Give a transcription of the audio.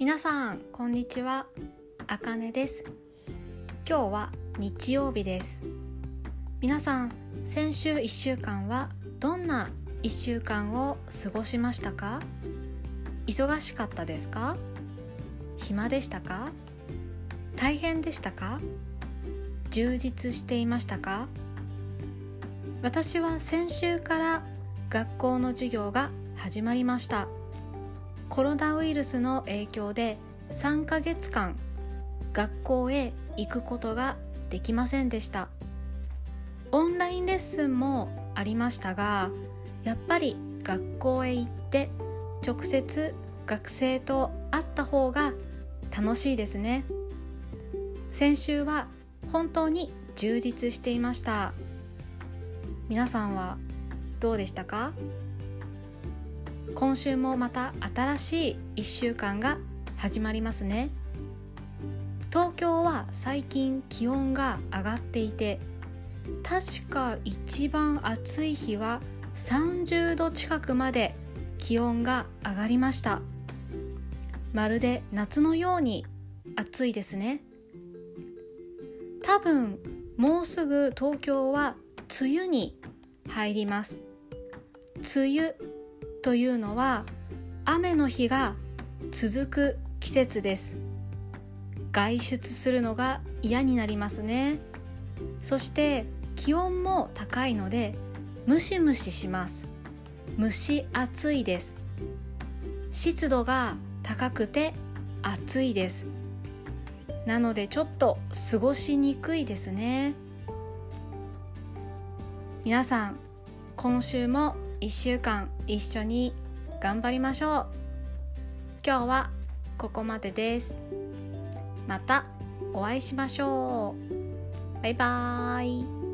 皆さんこんにちは、あかねです。今日は日曜日です。皆さん、先週1週間はどんな1週間を過ごしましたか？忙しかったですか？暇でしたか？大変でしたか？充実していましたか？私は先週から学校の授業が始まりました。コロナウイルスの影響で3ヶ月間学校へ行くことができませんでした。オンラインレッスンもありましたが、やっぱり学校へ行って直接学生と会った方が楽しいですね。先週は本当に充実していました。皆さんはどうでしたか？今週もまた新しい1週間が始まりますね。東京は最近気温が上がっていて、確か一番暑い日は30度近くまで気温が上がりました。まるで夏のように暑いですね。多分もうすぐ東京は梅雨に入ります。梅雨というのは雨の日が続く季節です。外出するのが嫌になりますね。そして気温も高いのでムシムシします。蒸し暑いです。湿度が高くて暑いです。なのでちょっと過ごしにくいですね。皆さん、今週も1週間一緒に頑張りましょう。今日はここまでです。またお会いしましょう。バイバーイ。